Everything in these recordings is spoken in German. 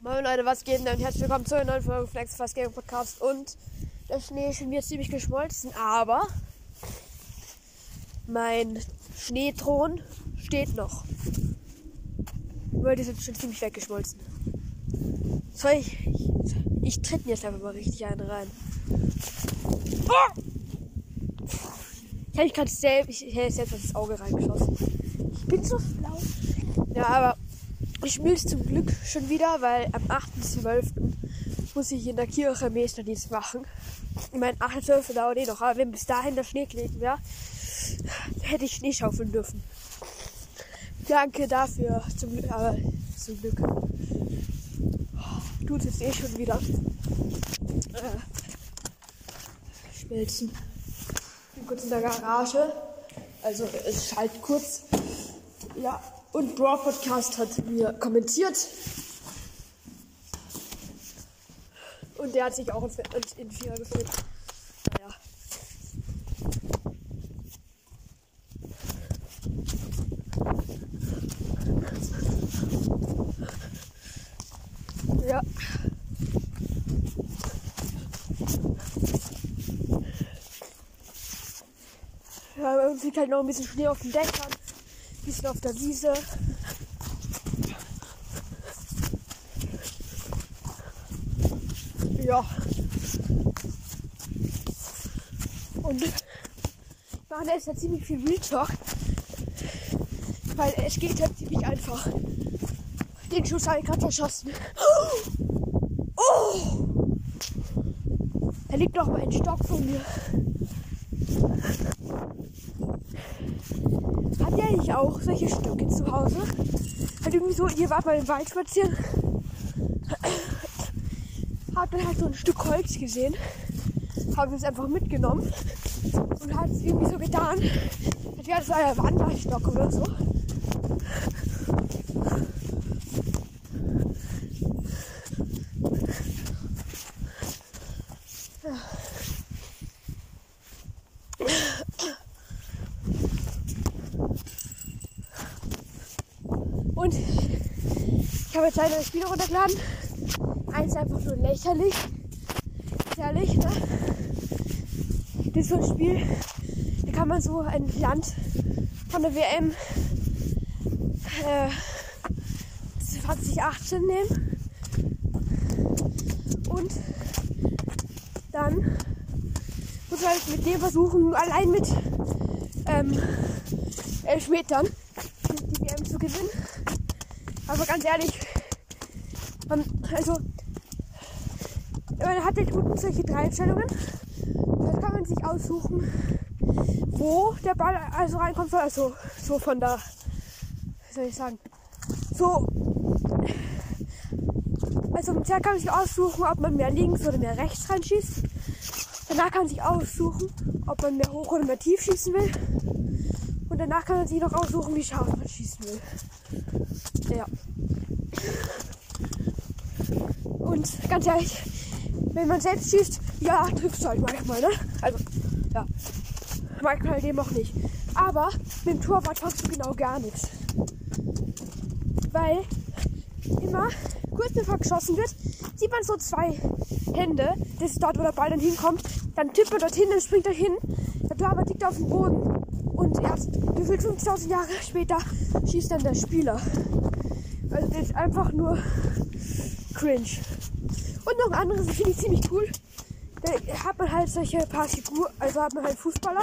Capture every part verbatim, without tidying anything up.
Moin Leute, was geht denn? Herzlich willkommen zu einer neuen Folge Flex Fast Gaming Podcast. Und der Schnee ist schon wieder ziemlich geschmolzen, aber mein Schneethron steht noch. Weil die sind schon ziemlich weggeschmolzen. Soll ich, ich, ich tritt jetzt einfach mal richtig einen rein. Oh! Ich habe mich gerade selbst, ich hätte selbst ins Auge reingeschossen. Ich bin so schlau. Ja, aber ich schmilz zum Glück schon wieder, weil am achten zwölften muss ich in der Kirche Meisterdienst machen. Ich meine, achter zwölfter dauert eh noch, aber wenn bis dahin der Schnee gelegen wäre, hätte ich Schnee schaufeln dürfen. Danke dafür, zum Glück, aber zum Glück. Tut es eh schon wieder. Äh, schmelzen. Ich bin kurz in der Garage. Also es schallt kurz. Ja, und Brawl Podcast hat mir kommentiert. Und der hat sich auch in, in Vierer gefühlt. Naja. Ja. Ja, bei uns liegt halt noch ein bisschen Schnee auf den Dächern, ein bisschen auf der Wiese. Ja. Und wir machen jetzt ja ziemlich viel Real Talk, weil es geht halt ziemlich einfach. Den Schuss habe ich gerade verschossen. Oh! Da liegt noch mal ein Stock von mir. Habt ihr eigentlich auch solche Stöcke zu Hause? Halt irgendwie so, ihr wart mal im Wald spazieren. Habt dann halt so ein Stück Holz gesehen. Habt es einfach mitgenommen. Und hat es irgendwie so getan, als wäre das euer Wanderstock oder so. Und ich habe jetzt leider das Spiel runtergeladen. Eins ist einfach nur lächerlich. Ehrlich, ne? Das ist so ein Spiel, da kann man so ein Land von der W M äh, zwanzig achtzehn nehmen. Und dann muss man halt mit dem versuchen, allein mit ähm, Elfmetern die W M zu gewinnen. Aber ganz ehrlich, man, also man hat halt unten solche drei Einstellungen. Da kann man sich aussuchen, wo der Ball also reinkommt. Also so von der, wie soll ich sagen, so. Also zuerst kann man sich aussuchen, ob man mehr links oder mehr rechts reinschießt. Danach kann man sich aussuchen, ob man mehr hoch oder mehr tief schießen will. Und danach kann man sich noch aussuchen, wie scharf man schießen will. Ja. Und ganz ehrlich, wenn man selbst schießt, ja, triffst du halt manchmal, ne? Also, ja. Manchmal halt eben auch nicht. Aber mit dem Torwart machst du genau gar nichts. Weil immer, kurz bevor geschossen wird, sieht man so zwei Hände. Das ist dort, wo der Ball dann hinkommt. Dann tippt er dorthin, dann springt er hin. Der Torwart liegt auf dem Boden. Und erst gefühlt fünfzigtausend Jahre später schießt dann der Spieler. Also das ist einfach nur cringe. Und noch ein anderes, das finde ich ziemlich cool. Da hat man halt solche paar Figuren, also hat man halt Fußballer.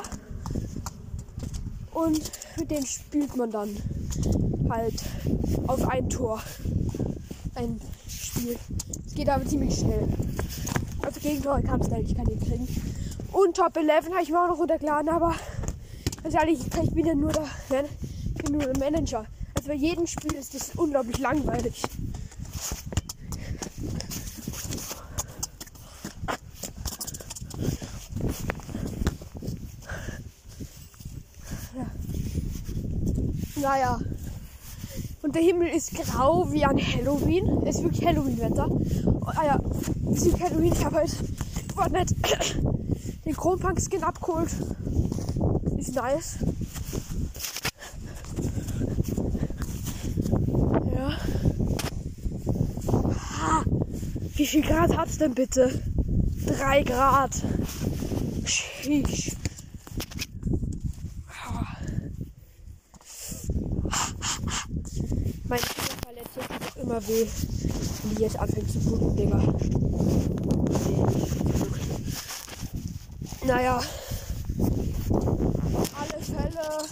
Und mit denen spielt man dann halt auf ein Tor. Ein Spiel. Es geht aber ziemlich schnell. Also Gegentore kannst du eigentlich keine kriegen. Und Top elf habe ich mir auch noch runtergeladen, aber ganz ehrlich, ich bin ja nur der, ich bin nur der Manager. Also bei jedem Spiel ist das unglaublich langweilig. Naja. Und der Himmel ist grau wie an Halloween. Es ist wirklich Halloween-Wetter. Oh, ah ja, es ist Halloween. Ich habe heute Fortnite den Kronpunk-Skin abgeholt. Ist nice. Ja. Ah, wie viel Grad hat's denn bitte? Drei Grad. Sheesh. Meine Fingerverletzung tut doch immer weh, wenn die jetzt anfängt zu bluten, Digga. Nee, nicht zum Glück. Naja. Alle Fälle.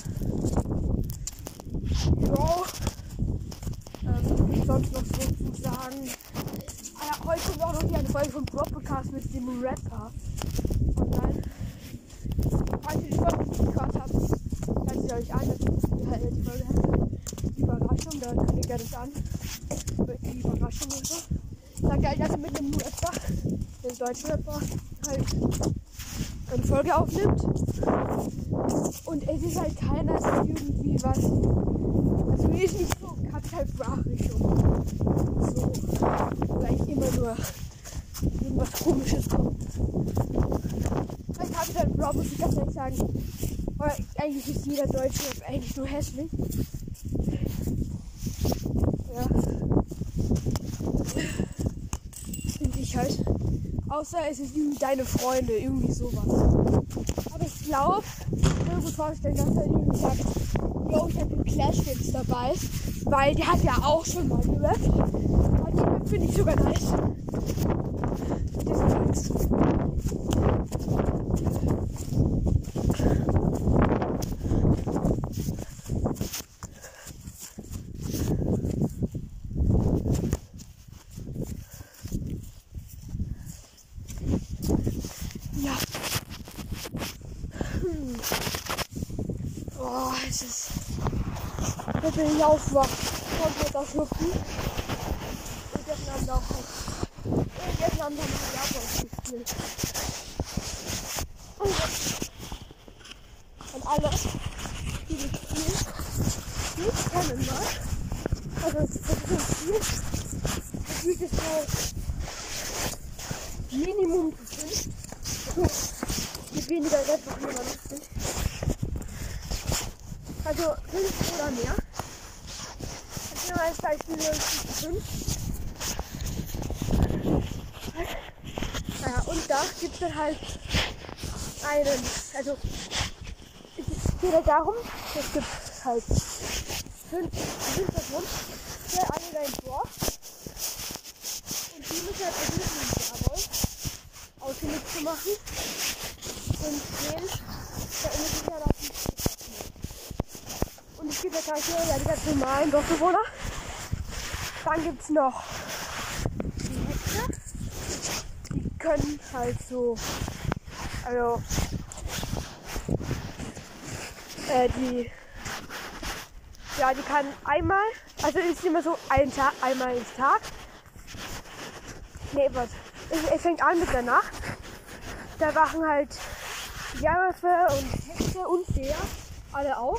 Jo. Ähm, sonst noch so zu sagen. Ah ja, heute kommt auch noch hier eine Folge von Broadcast mit dem Rapper online. Falls ihr die Folge nicht gehört habt, hört sie euch an, dass ihr die Folge habt. Die Überraschung, da kündigt er das an. Die Überraschung und so. Sagt er halt, dass er mit einem Rapper, dem deutschen Rapper, halt eine Folge aufnimmt. Und es ist halt keiner, der irgendwie was. Also mir ist nicht so Kapitalsprachrichtung. So. Wo eigentlich immer nur irgendwas Komisches kommt. Vielleicht habe ich dann Bro, muss ich ganz ehrlich sagen. Aber eigentlich ist jeder Deutsche eigentlich nur hässlich. Ja. Finde ich halt. Außer es ist irgendwie deine Freunde, irgendwie sowas. Aber ich glaube, ich kann mir gut vorstellen, dass er irgendwie sagt, yo, ich habe den Clash jetzt dabei. Weil der hat ja auch schon mal gerappt. Und die Rap finde ich sogar nice. Das ist nice. Ja. Hm. Boah, es ist. Jetzt bin ich aufwacht. Komplett auf Schnupfen. Und gestern haben wir auch. Und gestern haben wir noch Japan gespielt. Und alle, die das Spiel nicht kennen, ne? Also, das ist ein Spiel. Das Spiel ist so Minimum zu fünf. Mit weniger Red machen wir noch nicht. Also fünf oder mehr. Ich nehme als Beispiel fünf. Naja, und da gibt es dann halt einen, also es geht halt darum, es gibt halt fünf, fünf Personen, die alle in einem Dorf. Und die müssen halt versuchen, die wollen, ausfindig zu machen. Und den, da müssen wir halt auf den Spiel. Und es gibt ja gleich hier ja, die ganz normalen Dorfbewohner. Dann gibt es noch die Hexe. Die können halt so, also, äh, die, ja, die kann einmal, also es ist immer so ein Tag, einmal im Tag. Nee, was? Es, es fängt an mit der Nacht. Da wachen halt Werwölfe und Hexe und Seher alle auf.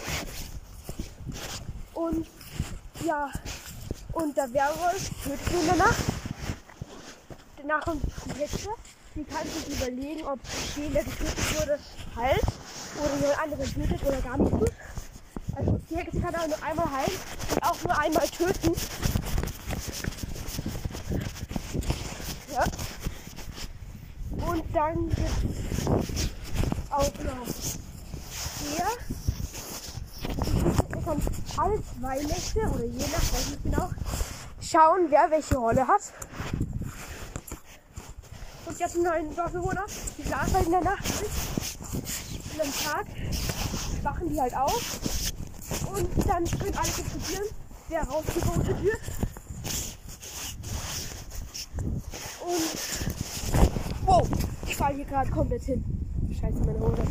Und ja, und der Werwolf tötet ihn in der Nacht. Danach kommt die Hexe, die kann sich überlegen, ob den, der getötet wurde, heilt oder jemand anderen tötet oder gar nicht tut. Also die Hexe kann auch nur einmal heilen und auch nur einmal töten. Ja. Und dann gibt es auch noch der. Ihr könnt alle zwei Nächte oder je nach, weiß nicht genau, schauen, wer welche Rolle hat. Und jetzt einen neuen Dorfbewohner, die schlafen halt in der Nacht nicht. Und am Tag wachen die halt auf. Und dann können alle diskutieren, wer rausgevotet wird. Und wow, ich falle hier gerade komplett hin. Scheiße, meine Hose.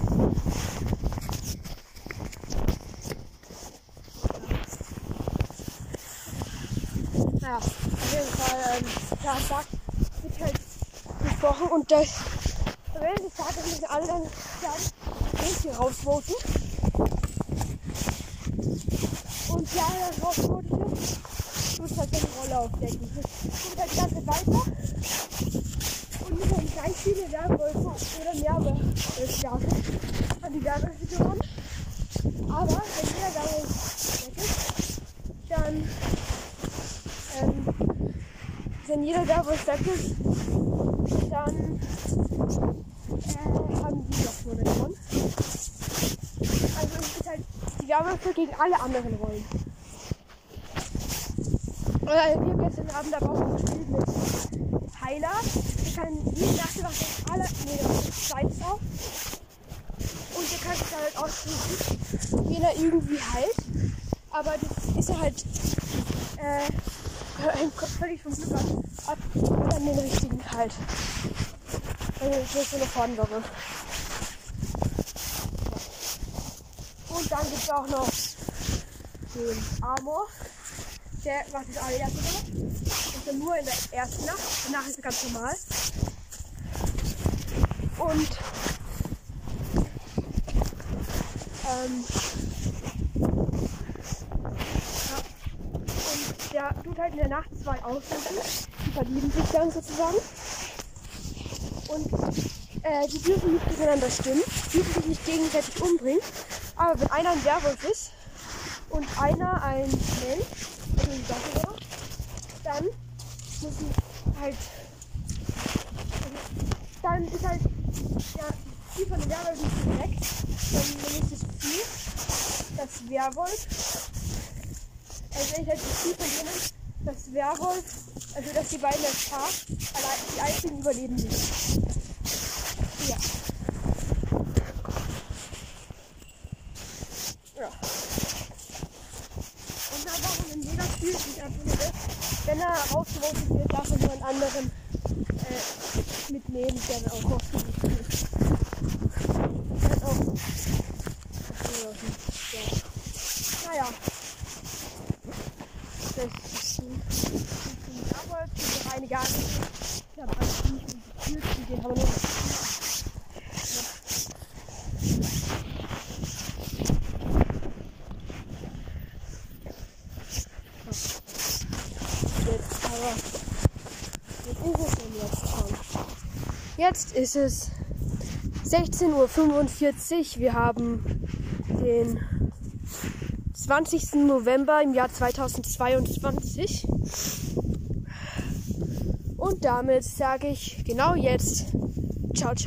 Naja, auf jeden Fall, ähm, ja, Tag wird halt gesprochen und das, am Ende des Tages müssen alle dann sagen, welche rausvoten. Und ja, das rausvoten wird, muss halt seine Rolle aufdecken. Das geht halt die ganze Zeit weiter. Und wir haben gleich viele Werwölfe oder mehr Werwölfe an die Werwölfe gewonnen. Aber wenn jeder Werwolf weg ist, dann ähm, wenn jeder Werwolf weg ist, dann äh, haben die doch nur eine gewonnen. Also es ist halt die Werwölfe gegen alle anderen Rollen. Oder wir gestern Abend aber auch gespielt mit Heiler. Wir können jede Nacht machen alle, nee, das zweites auch. Und ihr könnt es halt aussuchen, wen er irgendwie heilt. Aber das ist ja halt äh, hängt völlig vom Glück ab, ob dann den richtigen halt. Also ich will so eine Vornwürfe. Und dann gibt es auch noch den Amor. Der macht das allererste Mal. Und dann nur in der ersten Nacht. Danach ist es ganz normal. Und ähm, ja. Und der tut halt in der Nacht zwei aussuchen. Die verlieben sich dann sozusagen. Und äh, die dürfen nicht gegeneinander stimmen, dürfen sich nicht gegenseitig umbringen. Aber wenn einer ein Werwolf ist und einer ein Mensch, also die Sache wäre, dann müssen halt, also, dann ist halt ja, die von den Werwölfen nicht direkt, dann ist das Vieh, das Werwolf, also wenn ich halt das Vieh von denen, das Werwolf, also dass die beiden als Paar, allein die einzigen überleben nicht. Ja. Ja. Und dann warum in jeder Spiel sich einfach nur das, wenn er rausgeworfen wird, darf er nur einen anderen äh, mitnehmen, der dann auch rausgeworfen wird. Das ist auch. Ja. Naja. Das ist ein Werwolf, die reine gar nicht. Ja, aber nicht und die Tür zu gehen, haben wir nur noch. Jetzt ist es sechzehn Uhr fünfundvierzig. Wir haben den zwanzigsten November im Jahr zweitausendzweiundzwanzig. Und damit sage ich genau jetzt ciao, ciao.